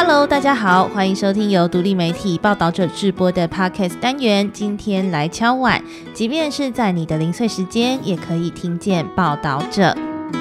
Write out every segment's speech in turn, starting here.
Hello， 大家好，欢迎收听由独立媒体报道者制播的 Podcast 单元。今天来敲碗，即便是在你的零碎时间，也可以听见报道者。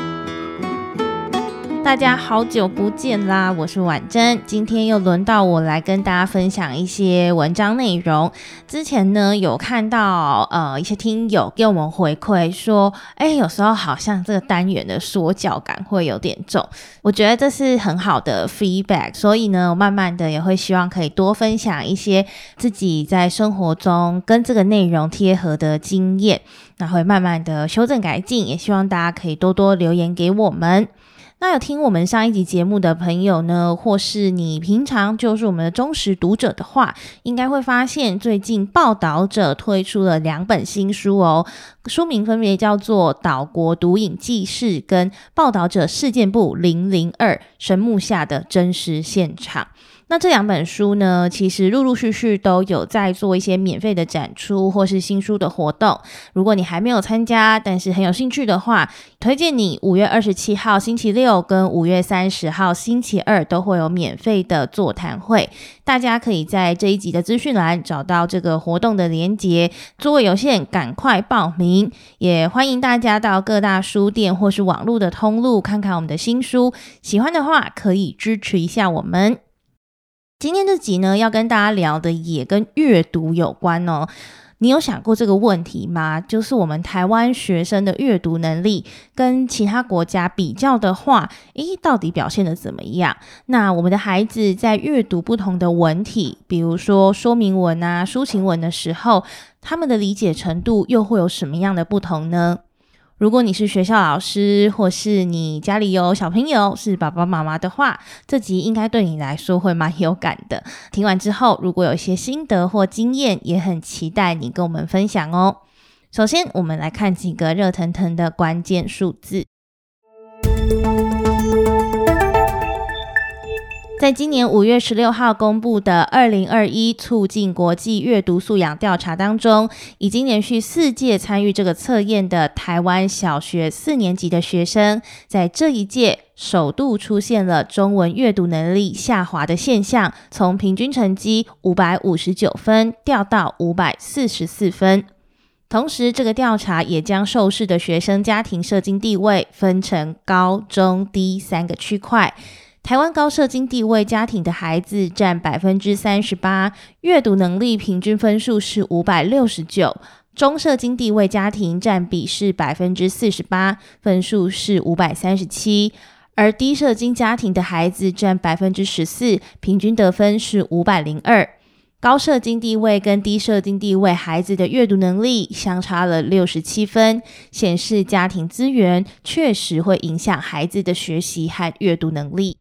大家好久不见啦，我是婉珍，今天又轮到我来跟大家分享一些文章内容。之前呢有看到一些听友给我们回馈说，有时候好像这个单元的说教感会有点重，我觉得这是很好的 feedback， 所以呢我慢慢的也会希望可以多分享一些自己在生活中跟这个内容贴合的经验，那会慢慢的修正改进，也希望大家可以多多留言给我们。那有听我们上一集节目的朋友呢，或是你平常就是我们的忠实读者的话，应该会发现最近报道者推出了2本新书哦，书名分别叫做《岛国毒瘾纪事》跟《报道者事件簿002神木下的真实现场》。那这2本书呢，其实陆陆续续都有在做一些免费的展出或是新书的活动。如果你还没有参加，但是很有兴趣的话，推荐你5月27号星期六跟5月30号星期二都会有免费的座谈会。大家可以在这一集的资讯栏找到这个活动的连结，座位有限，赶快报名。也欢迎大家到各大书店或是网络的通路看看我们的新书，喜欢的话可以支持一下我们。今天这集呢，要跟大家聊的也跟阅读有关哦。你有想过这个问题吗？就是我们台湾学生的阅读能力跟其他国家比较的话，到底表现得怎么样？那我们的孩子在阅读不同的文体，比如说说明文啊、抒情文的时候，他们的理解程度又会有什么样的不同呢？如果你是学校老师，或是你家里有小朋友是爸爸妈妈的话，这集应该对你来说会蛮有感的。听完之后，如果有一些心得或经验，也很期待你跟我们分享哦。首先，我们来看几个热腾腾的关键数字。在今年5月16号公布的2021促进国际阅读素养调查当中，已经连续4届参与这个测验的台湾小学4年级的学生，在这一届首度出现了中文阅读能力下滑的现象，从平均成绩559分掉到544分。同时，这个调查也将受试的学生家庭社经地位分成高、中、低3个区块。台湾高社经地位家庭的孩子占 38%， 阅读能力平均分数是569，中社经地位家庭占比是 48%， 分数是537，而低社经家庭的孩子占 14%， 平均得分是502。高社经地位跟低社经地位孩子的阅读能力相差了67分，显示家庭资源确实会影响孩子的学习和阅读能力。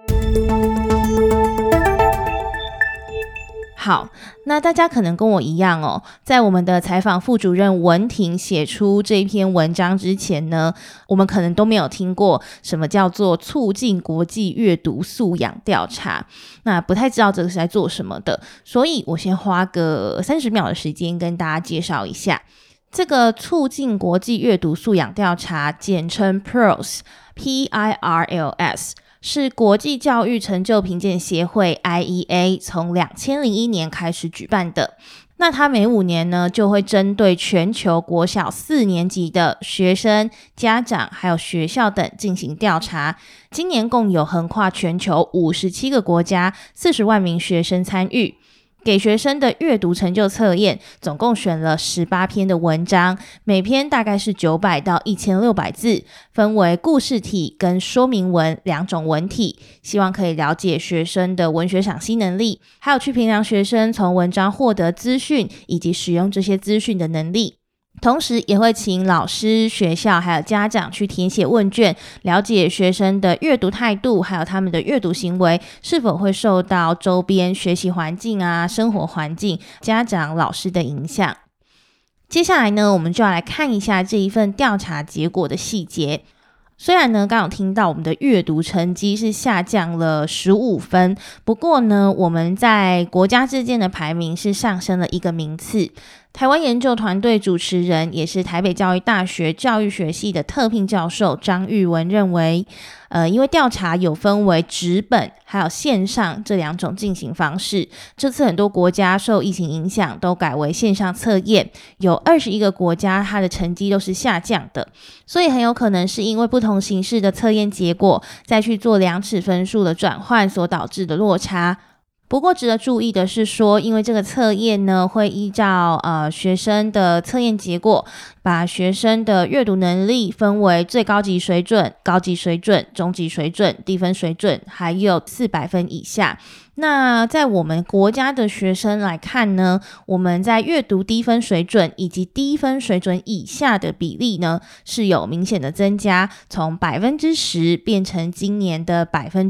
好，那大家可能跟我一样哦，在我们的采访副主任文婷写出这篇文章之前呢，我们可能都没有听过什么叫做促进国际阅读素养调查，那不太知道这个是在做什么的，所以我先花个30秒的时间跟大家介绍一下。这个促进国际阅读素养调查简称 PIRLS， P-I-R-L-S，是国际教育成就评鉴协会 IEA 从2001年开始举办的。那它每5年呢，就会针对全球国小4年级的学生、家长还有学校等进行调查。今年共有横跨全球57个国家40万名学生参与。给学生的阅读成就测验总共选了18篇的文章，每篇大概是900到1600字，分为故事体跟说明文2种文体，希望可以了解学生的文学赏析能力，还有去评量学生从文章获得资讯以及使用这些资讯的能力。同时也会请老师、学校还有家长去填写问卷，了解学生的阅读态度还有他们的阅读行为是否会受到周边学习环境啊、生活环境、家长、老师的影响。接下来呢，我们就要来看一下这一份调查结果的细节。虽然呢，刚刚有听到我们的阅读成绩是下降了15分，不过呢，我们在国家之间的排名是上升了1个名次。 台湾研究团队主持人，也是台北教育大学教育学系的特聘教授张玉文认为，因为调查有分为纸本还有线上这两种进行方式，这次很多国家受疫情影响都改为线上测验，有21个国家它的成绩都是下降的，所以很有可能是因为不同形式的测验结果再去做量尺分数的转换所导致的落差。不过值得注意的是说，因为这个测验呢会依照学生的测验结果，把学生的阅读能力分为最高级水准、高级水准、中级水准、低分水准，还有400分以下。那在我们国家的学生来看呢，我们在阅读低分水准以及低分水准以下的比例呢是有明显的增加，从 10% 变成今年的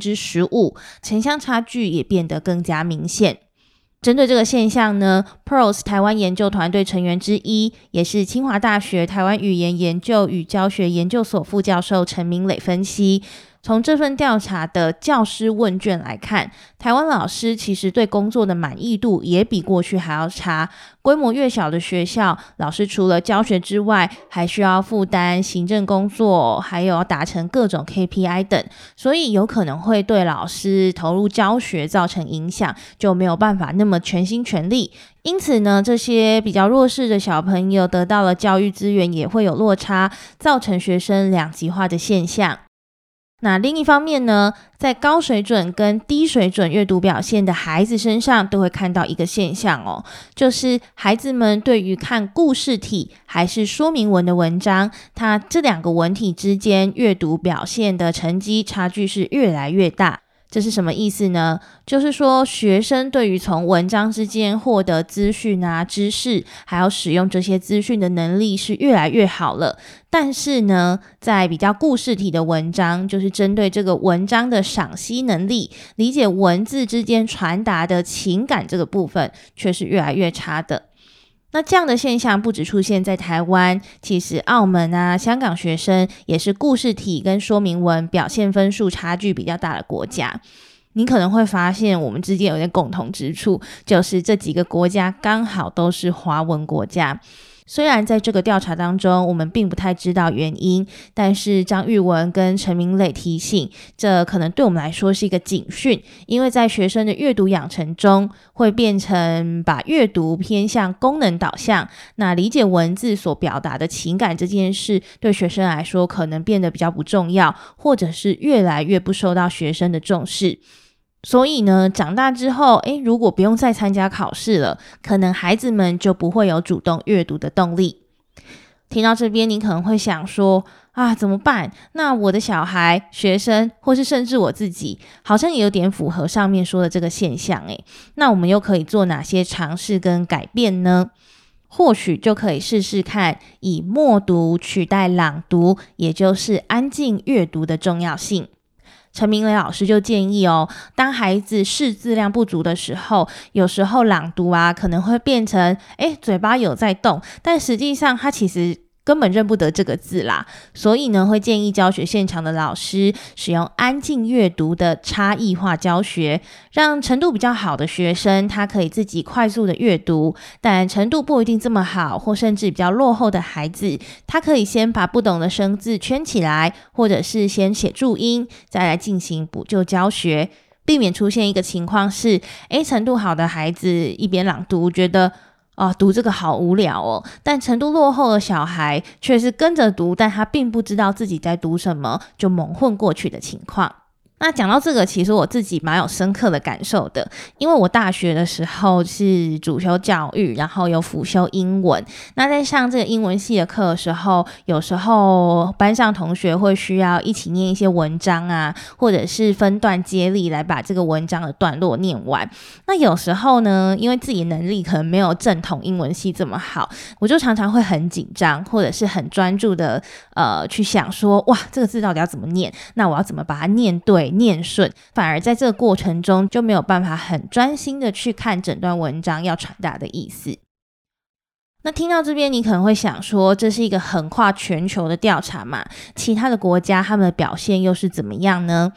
15%， 城乡差距也变得更加明显。针对这个现象呢， PIRLS 台湾研究团队成员之一，也是清华大学台湾语言研究与教学研究所副教授陈明磊分析，从这份调查的教师问卷来看，台湾老师其实对工作的满意度也比过去还要差。规模越小的学校，老师除了教学之外，还需要负担行政工作，还有达成各种 KPI 等，所以有可能会对老师投入教学造成影响，就没有办法那么全心全力。因此呢，这些比较弱势的小朋友得到了教育资源也会有落差，造成学生两极化的现象。那另一方面呢，在高水准跟低水准阅读表现的孩子身上，都会看到一个现象哦，就是孩子们对于看故事体还是说明文的文章，它这两个文体之间阅读表现的成绩差距是越来越大。这是什么意思呢？就是说学生对于从文章之间获得资讯啊、知识，还有使用这些资讯的能力是越来越好了。但是呢，在比较故事体的文章，就是针对这个文章的赏析能力、理解文字之间传达的情感这个部分，却是越来越差的。那这样的现象不只出现在台湾，其实澳门啊、香港学生也是故事体跟说明文表现分数差距比较大的国家。你可能会发现我们之间有点共同之处，就是这几个国家刚好都是华文国家。虽然在这个调查当中我们并不太知道原因，但是张玉文跟陈明磊提醒，这可能对我们来说是一个警讯，因为在学生的阅读养成中会变成把阅读偏向功能导向，那理解文字所表达的情感这件事对学生来说可能变得比较不重要，或者是越来越不受到学生的重视。所以呢，长大之后，如果不用再参加考试了，可能孩子们就不会有主动阅读的动力。听到这边，你可能会想说，怎么办？那我的小孩、学生，或是甚至我自己，好像也有点符合上面说的这个现象。那我们又可以做哪些尝试跟改变呢？或许就可以试试看，以默读取代朗读，也就是安静阅读的重要性。陈明磊老师就建议当孩子识字量不足的时候，有时候朗读可能会变成嘴巴有在动，但实际上他其实根本认不得这个字啦，所以呢，会建议教学现场的老师使用安静阅读的差异化教学，让程度比较好的学生他可以自己快速的阅读，但程度不一定这么好或甚至比较落后的孩子，他可以先把不懂的生字圈起来，或者是先写注音，再来进行补救教学，避免出现一个情况是程度好的孩子一边朗读觉得读这个好无聊但程度落后的小孩却是跟着读，但他并不知道自己在读什么，就蒙混过去的情况。那讲到这个，其实我自己蛮有深刻的感受的，因为我大学的时候是主修教育，然后有辅修英文。那在上这个英文系的课的时候，有时候班上同学会需要一起念一些文章或者是分段接力来把这个文章的段落念完。那有时候呢，因为自己能力可能没有正统英文系这么好，我就常常会很紧张，或者是很专注的去想说，哇，这个字到底要怎么念？那我要怎么把它念对？念顺，反而在这个过程中就没有办法很专心的去看整段文章要传达的意思。那听到这边，你可能会想说，这是一个横跨全球的调查嘛，其他的国家他们的表现又是怎么样呢？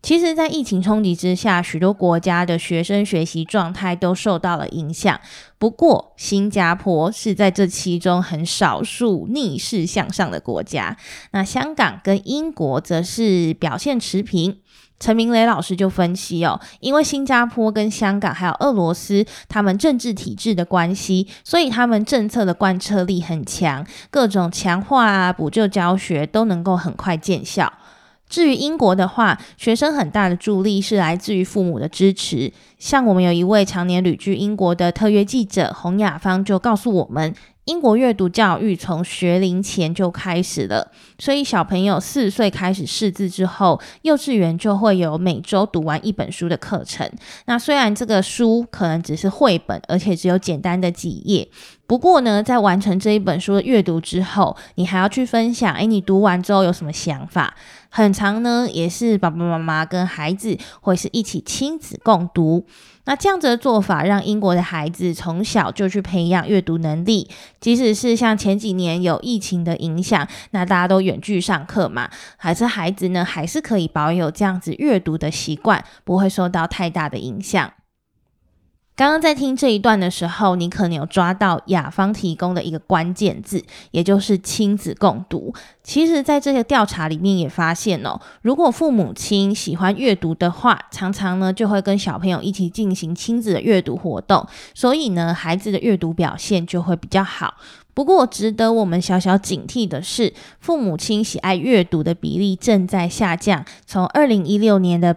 其实在疫情冲击之下，许多国家的学生学习状态都受到了影响。不过新加坡是在这其中很少数逆势向上的国家，那香港跟英国则是表现持平。陈明雷老师就分析因为新加坡跟香港还有俄罗斯他们政治体制的关系，所以他们政策的贯彻力很强，各种强化补救教学都能够很快见效。至于英国的话，学生很大的助力是来自于父母的支持。像我们有一位常年旅居英国的特约记者洪雅芳就告诉我们，英国阅读教育从学龄前就开始了，所以小朋友4岁开始识字之后，幼稚园就会有每周读完1本书的课程。那虽然这个书可能只是绘本，而且只有简单的几页，不过呢，在完成这一本书的阅读之后，你还要去分享你读完之后有什么想法。很常呢也是爸爸妈妈跟孩子会是一起亲子共读。那这样子的做法让英国的孩子从小就去培养阅读能力，即使是像前几年有疫情的影响，那大家都远距上课嘛，孩子呢还是可以保有这样子阅读的习惯，不会受到太大的影响。刚刚在听这一段的时候，你可能有抓到雅芳提供的一个关键字，也就是亲子共读。其实在这个调查里面也发现如果父母亲喜欢阅读的话，常常呢就会跟小朋友一起进行亲子的阅读活动，所以呢孩子的阅读表现就会比较好。不过值得我们小小警惕的是，父母亲喜爱阅读的比例正在下降，从2016年的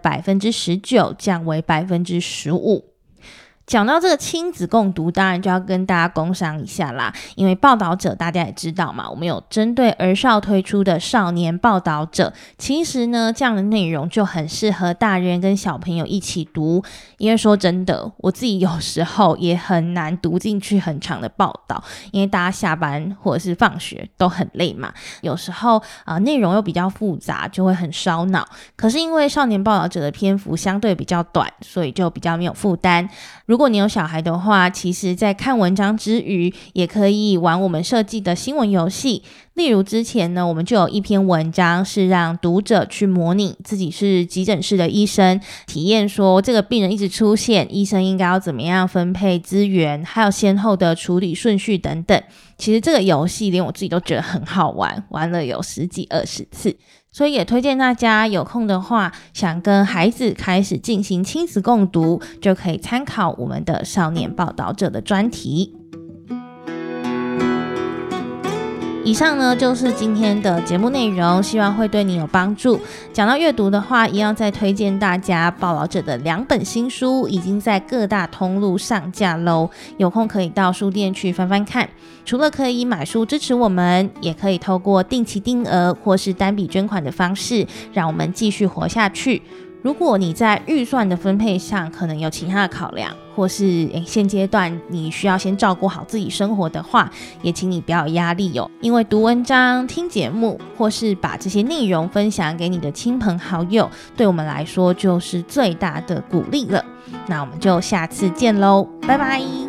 19% 降为 15%。讲到这个亲子共读，当然就要跟大家工商一下啦，因为报道者大家也知道嘛，我们有针对儿少推出的少年报道者，其实呢这样的内容就很适合大人跟小朋友一起读。因为说真的，我自己有时候也很难读进去很长的报道，因为大家下班或者是放学都很累嘛，有时候内容又比较复杂，就会很烧脑。可是因为少年报道者的篇幅相对比较短，所以就比较没有负担。如果你有小孩的话，其实在看文章之余，也可以玩我们设计的新闻游戏。例如之前呢，我们就有一篇文章是让读者去模拟自己是急诊室的医生，体验说这个病人一直出现，医生应该要怎么样分配资源，还有先后的处理顺序等等。其实这个游戏连我自己都觉得很好玩，玩了有10几20次。所以也推荐大家有空的话，想跟孩子开始进行亲子共读，就可以参考我们的少年报道者的专题。以上呢就是今天的节目内容，希望会对你有帮助。讲到阅读的话，一样再推荐大家报道者的2本新书已经在各大通路上架咯，有空可以到书店去翻翻看。除了可以买书支持我们，也可以透过定期定额或是单笔捐款的方式，让我们继续活下去。如果你在预算的分配上可能有其他的考量，或是现阶段你需要先照顾好自己生活的话，也请你不要有压力因为读文章、听节目，或是把这些内容分享给你的亲朋好友，对我们来说就是最大的鼓励了。那我们就下次见咯，拜拜。